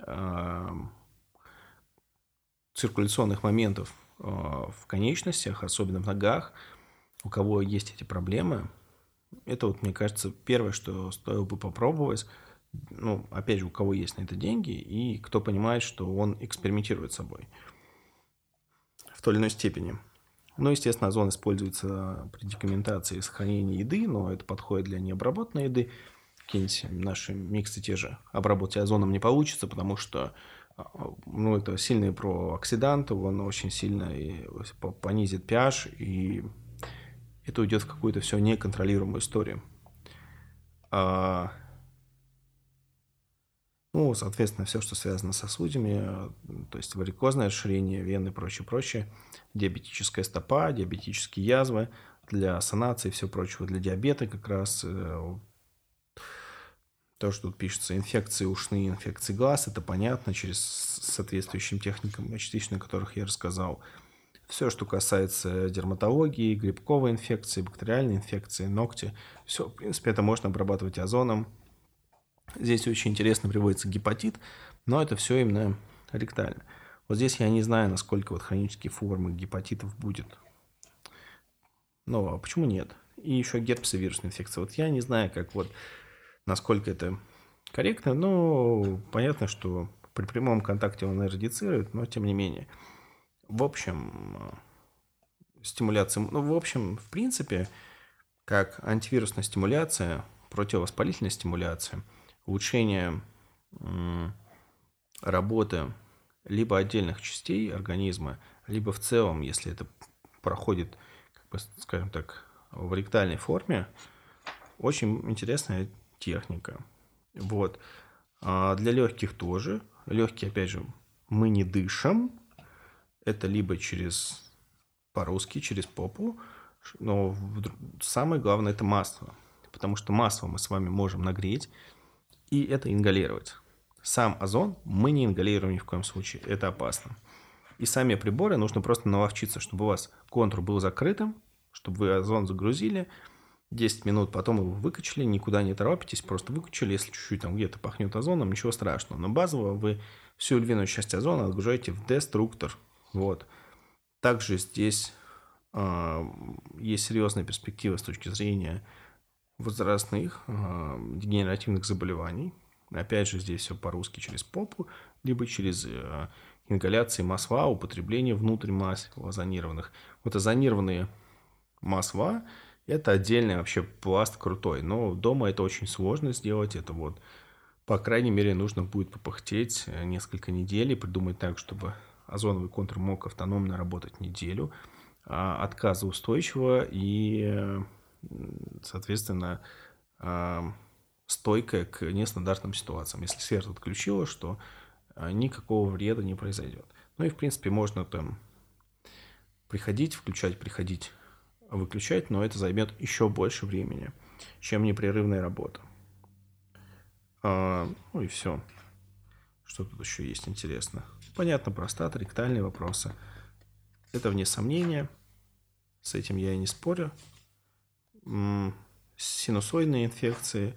циркуляционных моментов в конечностях, особенно в ногах, у кого есть эти проблемы, это вот, мне кажется, первое, что стоило бы попробовать. Ну, опять же, у кого есть на это деньги и кто понимает, что он экспериментирует с собой в той или иной степени. Ну, естественно, озон используется при декомментации и сохранении еды, но это подходит для необработанной еды. Какие-нибудь наши миксы те же обработать озоном не получится, потому что ну, это сильный прооксидант, он очень сильно понизит pH, и это уйдет в какую-то все неконтролируемую историю. Ну, соответственно, все, что связано с сосудами, то есть варикозное расширение вены и прочее, прочее, диабетическая стопа, диабетические язвы, для санации и все прочего, для диабета как раз, то, что тут пишется, инфекции ушные, инфекции глаз, это понятно, через соответствующим техникам очистительным, о которых я рассказал. Все, что касается дерматологии, грибковой инфекции, бактериальной инфекции, ногти, все, в принципе, это можно обрабатывать озоном. Здесь очень интересно приводится гепатит, но это все именно ректально. Вот здесь я не знаю, насколько вот хронические формы гепатитов будет. Ну, а почему нет? И еще герпес и вирусная инфекция. Вот я не знаю, как вот, насколько это корректно, но понятно, что при прямом контакте он эродицирует, но тем не менее. В общем, стимуляция, ну, в общем, в принципе, как антивирусная стимуляция, противовоспалительная стимуляция, улучшение работы либо отдельных частей организма, либо в целом, если это проходит, как бы, скажем так, в ректальной форме, очень интересная техника. Вот. А для легких тоже. Легкие, опять же, мы не дышим. Это либо по-русски, через попу, но самое главное – это масло. Потому что масло мы с вами можем нагреть и это ингалировать. Сам озон мы не ингалируем ни в коем случае, это опасно. И сами приборы нужно просто наловчиться, чтобы у вас контур был закрытым, чтобы вы озон загрузили, 10 минут потом его выкачали, никуда не торопитесь, просто выкачали, если чуть-чуть там где-то пахнет озоном, ничего страшного. Но базово вы всю львиную часть озона отгружаете в деструктор. Вот. Также здесь есть серьезные перспективы с точки зрения возрастных дегенеративных заболеваний. Опять же, здесь все по-русски через попу, либо через ингаляции масла, употребление внутрь масел озонированных. Вот озонированные масла – это отдельный вообще пласт крутой. Но дома это очень сложно сделать. Это вот, по крайней мере, нужно будет попыхтеть несколько недель и придумать так, чтобы озоновый контур мог автономно работать неделю, отказоустойчиво и, соответственно, стойкая к нестандартным ситуациям. Если свет отключила, что никакого вреда не произойдет. Ну и, в принципе, можно там приходить, включать, приходить, выключать, но это займет еще больше времени, чем непрерывная работа. Ну и все. Что тут еще есть интересно? Понятно, простата, ректальные вопросы. Это вне сомнения. С этим я и не спорю. Синусоидные инфекции,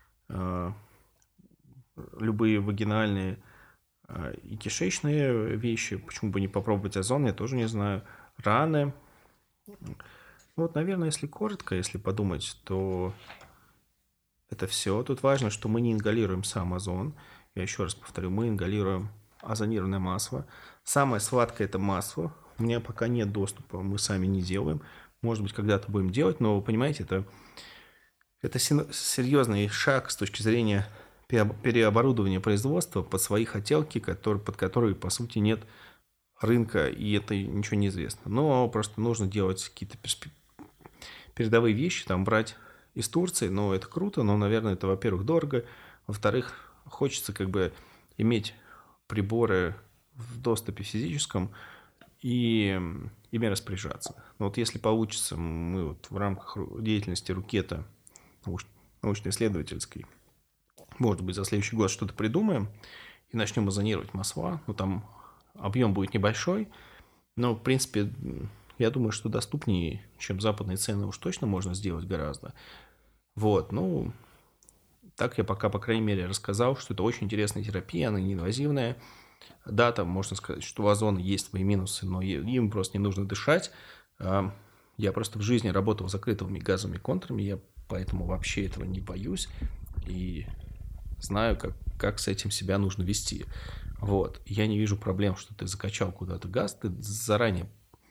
любые вагинальные и кишечные вещи. Почему бы не попробовать озон, я тоже не знаю. Раны. Вот, наверное, если коротко, если подумать, то это все. Тут важно, что мы не ингалируем сам озон. Я еще раз повторю, мы ингалируем озонированное масло. Самое сладкое – это масло. У меня пока нет доступа, мы сами не делаем. Может быть, когда-то будем делать, но вы понимаете, это серьезный шаг с точки зрения переоборудования производства под свои хотелки, под которые, по сути, нет рынка, и это ничего не известно. Но просто нужно делать какие-то передовые вещи, там брать из Турции, но это круто, но, наверное, это, во-первых, дорого, во-вторых, хочется как бы иметь приборы в доступе физическом и ими распоряжаться. Но вот если получится, мы вот в рамках деятельности Рукета научно-исследовательской, может быть, за следующий год что-то придумаем и начнем озонировать масла. Ну, там объем будет небольшой, но, в принципе, я думаю, что доступнее, чем западные цены, уж точно можно сделать гораздо. Вот, ну, так я пока, по крайней мере, рассказал, что это очень интересная терапия, она неинвазивная. Да, там можно сказать, что у озона есть свои минусы, но им просто не нужно дышать. Я просто в жизни работал с закрытыми газовыми контурами, я поэтому вообще этого не боюсь и знаю, как с этим себя нужно вести. Вот. Я не вижу проблем, что ты закачал куда-то газ, ты заранее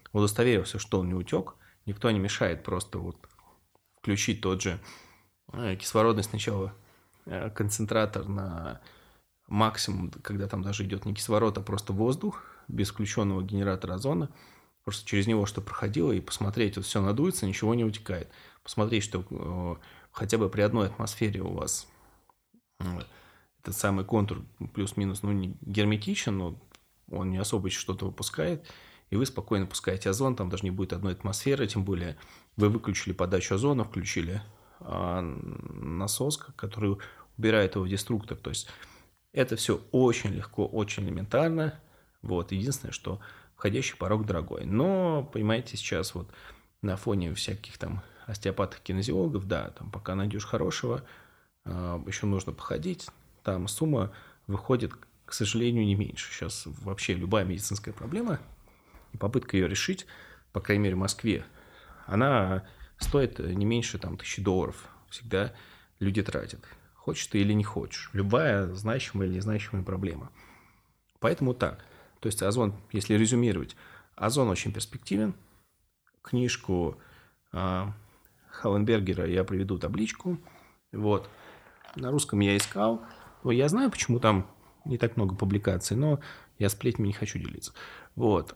удостоверился, что он не утек, никто не мешает просто вот включить тот же кислородный сначала концентратор на максимум, когда там даже идет не кислород, а просто воздух, без включенного генератора озона, просто через него что проходило, и посмотреть, вот все надуется, ничего не утекает. Посмотреть, что хотя бы при одной атмосфере у вас этот самый контур плюс-минус, ну, не герметичен, но он не особо что-то выпускает, и вы спокойно пускаете озон, там даже не будет одной атмосферы, тем более вы выключили подачу озона, включили насос, который убирает его в деструктор. То есть это все очень легко, очень элементарно. Вот. Единственное, что входящий порог дорогой. Но, понимаете, сейчас вот на фоне всяких там остеопатов-кинезиологов, да, там пока найдешь хорошего, еще нужно походить, там сумма выходит, к сожалению, не меньше. Сейчас вообще любая медицинская проблема и попытка ее решить, по крайней мере в Москве, она стоит не меньше там $1000. Всегда люди тратят. Хочешь ты или не хочешь. Любая значимая или незначимая проблема. Поэтому так. То есть озон, если резюмировать, озон очень перспективен. Книжку Халленбергера я приведу табличку. Вот. На русском я искал. Я знаю, почему там не так много публикаций, но я сплетнями не хочу делиться. Вот.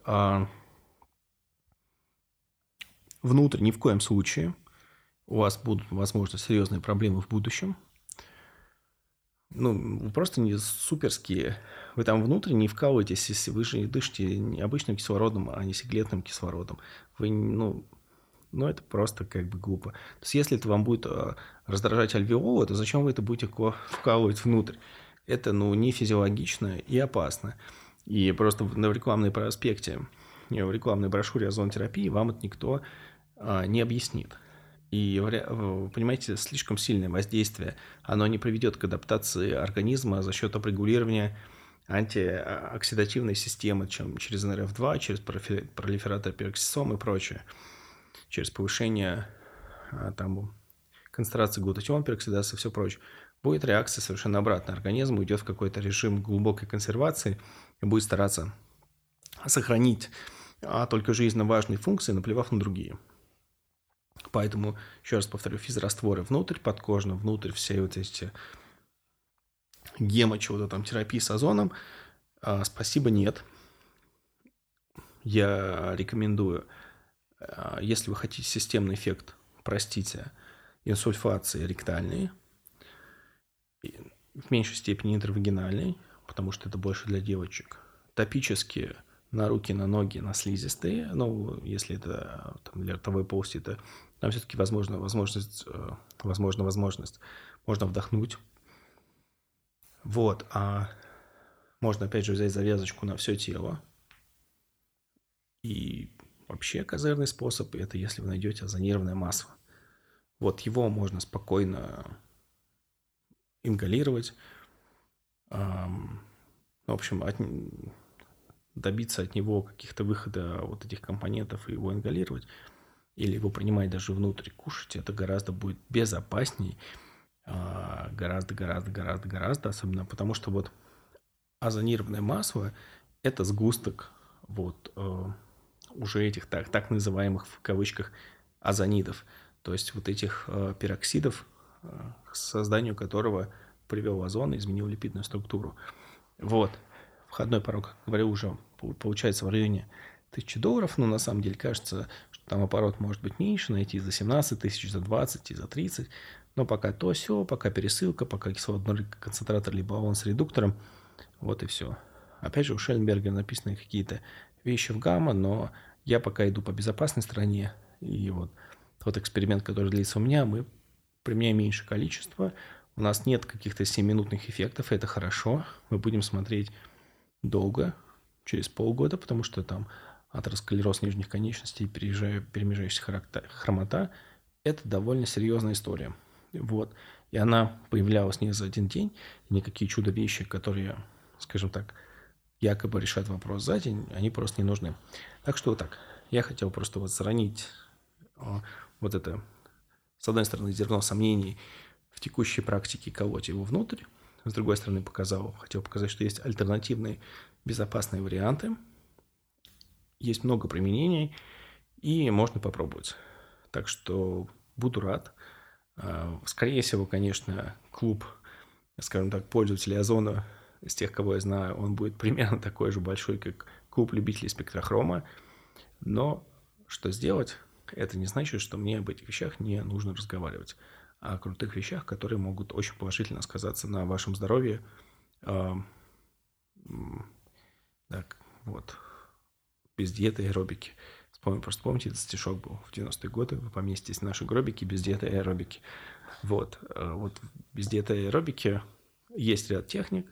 Внутрь ни в коем случае. У вас будут, возможно, серьезные проблемы в будущем. Ну, вы просто не суперские. Вы там внутрь не вкалываетесь, если вы же дышите не обычным кислородом, а не сигаретным кислородом. Вы, ну, это просто как бы глупо. То есть, если это вам будет раздражать альвеолы, то зачем вы это будете вкалывать внутрь? Это, не физиологично и опасно. И просто в рекламной проспекте, в рекламной брошюре озонотерапии вам это никто не объяснит. И, понимаете, слишком сильное воздействие, оно не приведет к адаптации организма за счет отрегулирования антиоксидативной системы, чем через НРФ2, через пролифератор пероксисом и прочее, через повышение там, концентрации глутатион пероксидазы и все прочее. Будет реакция совершенно обратная. Организм уйдет в какой-то режим глубокой консервации и будет стараться сохранить только жизненно важные функции, наплевав на другие. Поэтому, еще раз повторю, физрастворы внутрь, подкожно, внутрь все вот эти чего-то там, терапии с озоном. Спасибо, нет. Я рекомендую, если вы хотите системный эффект, простите, инсульфации ректальные, в меньшей степени интравагинальный, потому что это больше для девочек. Топические на руки, на ноги, на слизистые. Ну, если это там, для ротовой полости, то там все-таки возможность. Можно вдохнуть. Вот. А можно, опять же, взять завязочку на все тело. И вообще козырный способ – это если вы найдете озонированное масло. Вот его можно спокойно ингалировать. В общем, добиться от него каких-то выхода вот этих компонентов и его ингалировать, или его принимать даже внутрь, кушать, это гораздо будет безопасней, гораздо, особенно потому что вот озонированное масло – это сгусток вот уже этих так называемых в кавычках озонидов, то есть вот этих пероксидов, к созданию которого привел озон и изменил липидную структуру. Вот. Входной порог, как говорю, уже получается в районе $1000, но на самом деле кажется, что там оборот может быть меньше, найти за 17 тысяч, за 20 и за 30, но пока то все, пока пересылка, пока кислородный концентратор либо баллон с редуктором, вот и все. Опять же, у Шелленбергера написаны какие-то вещи в гамма, но я пока иду по безопасной стороне, и вот тот эксперимент, который длится у меня, мы применяем меньшее количество, у нас нет каких-то 7-минутных эффектов, это хорошо, мы будем смотреть долго, через полгода, потому что там атеросклероз нижних конечностей, перемежающаяся хромота – это довольно серьезная история. Вот. И она появлялась не за один день, и никакие чудо-вещи, которые, скажем так, якобы решают вопрос за день, они просто не нужны. Так что вот так. Я хотел просто вот сравнить вот это, с одной стороны, зерно сомнений в текущей практике, колоть его внутрь, с другой стороны, хотел показать, что есть альтернативные безопасные варианты. есть много применений, и можно попробовать. Так что буду рад. Скорее всего, конечно, клуб, скажем так, пользователей Озона, с тех, кого я знаю, он будет примерно такой же большой, как клуб любителей спектрохрома. Но что сделать? Это не значит, что мне об этих вещах не нужно разговаривать. О крутых вещах, которые могут очень положительно сказаться на вашем здоровье. Так, вот. Без диеты и аэробики. Просто помните, этот стишок был в 90-е годы. Вы поместитесь в наши гробики без диеты и аэробики. Вот. Вот без диеты и аэробики есть ряд техник,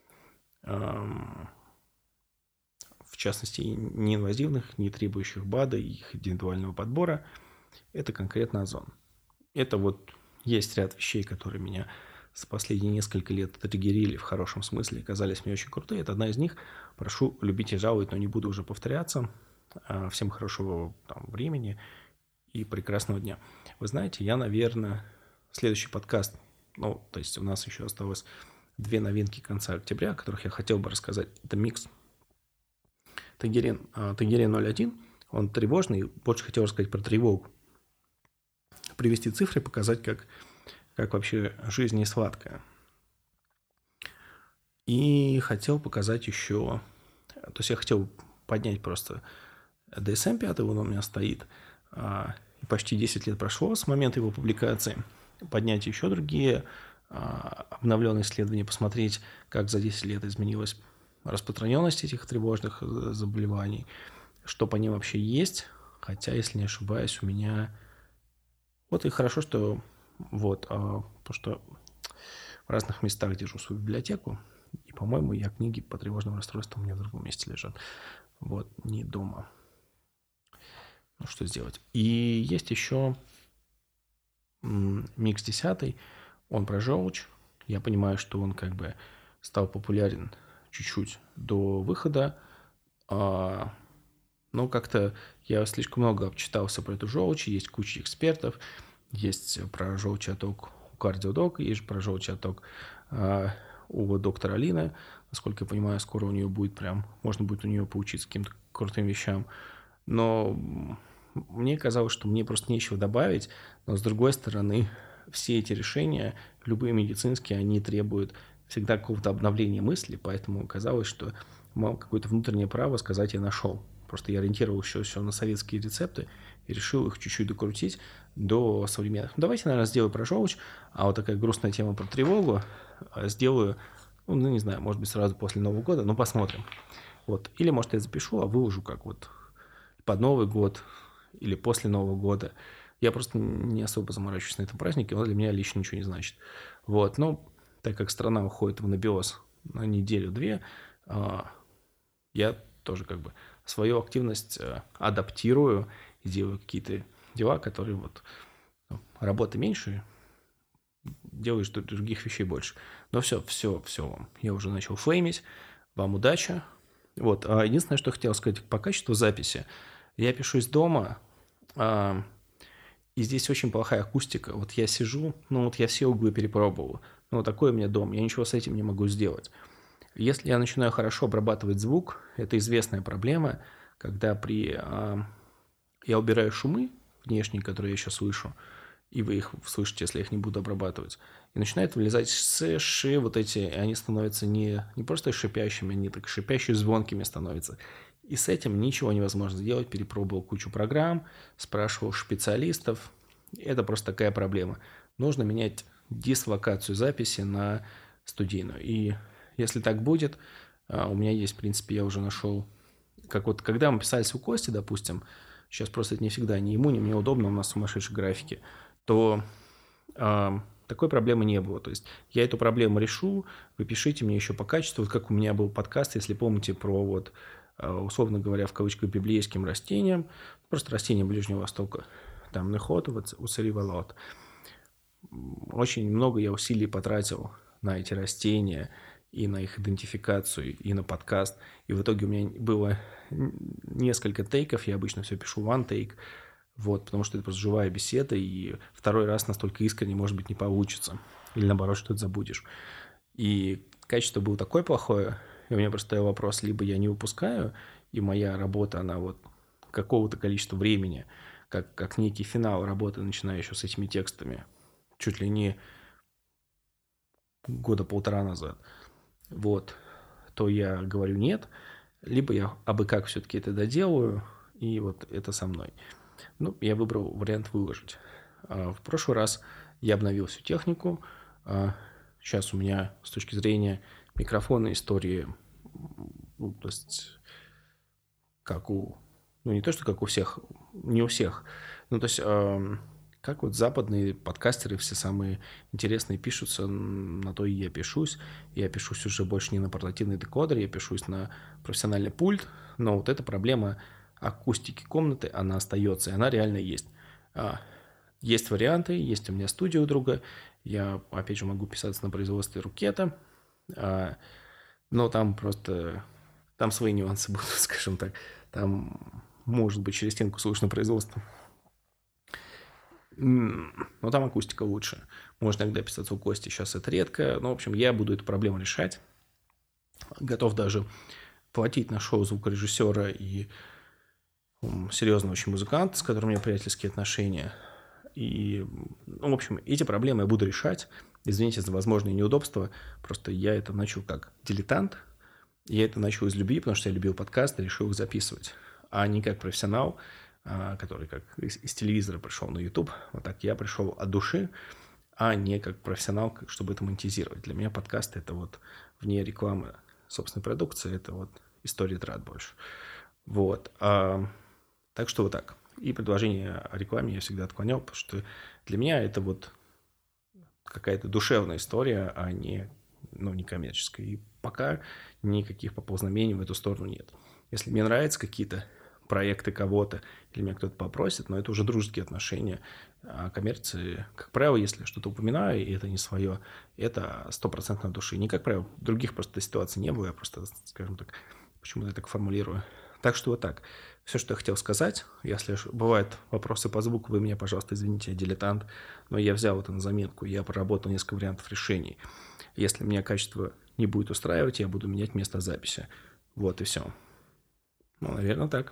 в частности, неинвазивных, не требующих БАДа и их индивидуального подбора. Это конкретно Озон. Это вот есть ряд вещей, которые меня за последние несколько лет триггерили в хорошем смысле и казались мне очень крутые. Это одна из них. Прошу любить и жаловать, но не буду уже повторяться. Всем хорошего времени и прекрасного дня. Вы знаете, я, наверное, следующий подкаст, то есть у нас еще осталось 2 новинки конца октября, о которых я хотел бы рассказать. Это микс Тагерин 01. Он тревожный. Больше хотел рассказать про тревогу. Привести цифры, показать, как вообще жизнь не сладкая. И хотел показать еще... То есть я хотел поднять просто DSM-5, он у меня стоит. И почти 10 лет прошло с момента его публикации. Поднять еще другие обновленные исследования, посмотреть, как за 10 лет изменилась распространенность этих тревожных заболеваний, что по ним вообще есть. Хотя, если не ошибаюсь, у меня... Вот и хорошо, что... потому что в разных местах держу свою библиотеку, и, по-моему, я книги по тревожным расстройствам у меня в другом месте лежат. Вот, не дома. Ну, что сделать? И есть еще микс 10, он про желчь. Я понимаю, что он как бы стал популярен чуть-чуть до выхода. Но как-то я слишком много обчитался про эту желчь. Есть куча экспертов. Есть про желчеоток у кардиодок, есть про желчеоток у доктора Алины. Насколько я понимаю, скоро у нее будет можно будет у нее поучиться каким-то крутым вещам. Но мне казалось, что мне просто нечего добавить. Но с другой стороны, все эти решения, любые медицинские, они требуют всегда какого-то обновления мысли, поэтому казалось, что мало какое-то внутреннее право сказать я нашел. Просто я ориентировался еще на советские рецепты и решил их чуть-чуть докрутить до современных. Давайте, наверное, сделаю про желчь, а вот такая грустная тема про тревогу сделаю, не знаю, может быть, сразу после Нового года, но посмотрим. Вот. Или, может, я запишу, а выложу как вот под Новый год или после Нового года. Я просто не особо заморачиваюсь на этом празднике, он для меня лично ничего не значит. Вот, так как страна уходит в анабиоз на неделю-две, я тоже как бы свою активность адаптирую и делаю какие-то дела, которые работы меньше, делаешь других вещей больше. Но все вам. Я уже начал флеймить. Вам удачи. Вот. Единственное, что хотел сказать по качеству записи. Я пишу из дома, и здесь очень плохая акустика. Вот я сижу, я все углы перепробовал. Такой у меня дом, я ничего с этим не могу сделать. Если я начинаю хорошо обрабатывать звук, это известная проблема, когда я убираю шумы внешние, которые я сейчас слышу, и вы их слышите, если я их не буду обрабатывать, и начинают вылезать ши вот эти, и они становятся не просто шипящими, они так шипящие звонкими становятся. И с этим ничего невозможно сделать. Перепробовал кучу программ, спрашивал специалистов. Это просто такая проблема. Нужно менять дислокацию записи на студийную. И если так будет, у меня есть, в принципе, я уже нашел, когда мы писались у Кости, допустим, сейчас просто это не всегда ни ему, ни мне удобно, у нас сумасшедшие графики, то такой проблемы не было. То есть я эту проблему решу, вы пишите мне еще по качеству, вот как у меня был подкаст, если помните, про условно говоря, в кавычках, библейским растениям, просто растения Ближнего Востока, там нехот, уцаривалот. Очень много я усилий потратил на эти растения, и на их идентификацию, и на подкаст. И в итоге у меня было несколько тейков, я обычно все пишу one take, потому что это просто живая беседа, и второй раз настолько искренне, может быть, не получится. Или наоборот, что-то забудешь. И качество было такое плохое, и у меня просто стоял вопрос, либо я не выпускаю, и моя работа, она вот какого-то количества времени, как некий финал работы, начиная еще с этими текстами, чуть ли не года полтора назад, вот, то я говорю нет, либо я абы как все-таки это доделаю, и вот это со мной. Ну, я выбрал вариант выложить. В прошлый раз я обновил всю технику. Сейчас у меня с точки зрения микрофона истории, ну, то есть как у... Ну, не то, что как у всех, не у всех. Ну, то есть как вот западные подкастеры все самые интересные пишутся, на то и я пишусь. Я пишусь уже больше не на портативный декодер, я пишусь на профессиональный пульт. Но вот эта проблема акустики комнаты, она остается, и она реально есть. Есть варианты, есть у меня студия у друга. Я, опять же, могу писаться на производстве Рукета. Но там просто... Там свои нюансы будут, скажем так. Там, может быть, через стенку слышно производство. Но там акустика лучше. Можно иногда писаться у Кости, сейчас это редко. Но, в общем, я буду эту проблему решать. Готов даже платить на шоу звукорежиссера и серьезного очень музыканта, с которым у меня приятельские отношения. И, ну, в общем, эти проблемы я буду решать. Извините за возможные неудобства. Просто я это начал как дилетант. Я это начал из любви, потому что я любил подкасты, решил их записывать. А не как профессионал, который как из телевизора пришел на YouTube. Вот так я пришел от души, а не как профессионал, чтобы это монетизировать. Для меня подкасты – это вот вне рекламы собственной продукции, это вот история трат больше. Вот. Так что вот так. И предложение о рекламе я всегда отклонял, потому что для меня это вот какая-то душевная история, а не, ну, не коммерческая. И пока никаких поползновений в эту сторону нет. Если мне нравятся какие-то проекты кого-то, или меня кто-то попросит, но это уже дружеские отношения. А коммерции, как правило, если я что-то упоминаю, и это не свое, это 100% души. Не как правило, других просто ситуаций не было, я просто, скажем так, почему-то я так формулирую. Так что вот так. Все, что я хотел сказать. Если бывают вопросы по звуку, вы меня, пожалуйста, извините, я дилетант, но я взял это на заметку, я проработал несколько вариантов решений. Если меня качество не будет устраивать, я буду менять место записи. Вот и все. Ну, наверное, так.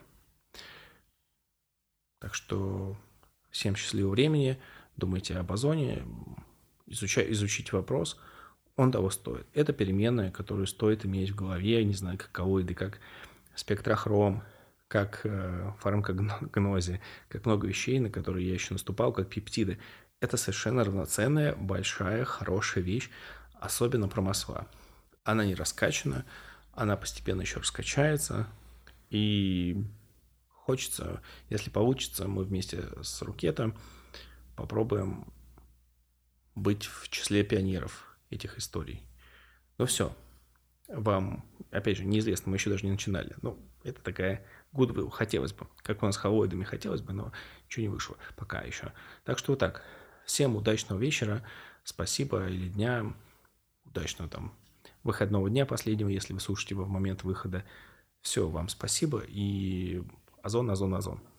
Так что всем счастливого времени. Думайте об озоне. Изучите вопрос. Он того стоит. Это переменная, которую стоит иметь в голове. Не знаю, как коллоиды, как спектрохром, как фармакогнозия, как много вещей, на которые я еще наступал, как пептиды. Это совершенно равноценная, большая, хорошая вещь, особенно про масла. Она не раскачана, она постепенно еще раскачается, и хочется, если получится, мы вместе с Рукетом попробуем быть в числе пионеров этих историй. Ну все, вам, опять же, неизвестно, мы еще даже не начинали. Ну, это такая goodwill, хотелось бы. Как у нас с холоидами хотелось бы, но ничего не вышло пока еще. Так что вот так. Всем удачного вечера, спасибо, или дня, удачного там выходного дня последнего, если вы слушаете его в момент выхода. Все, вам спасибо, и озон, озон, озон.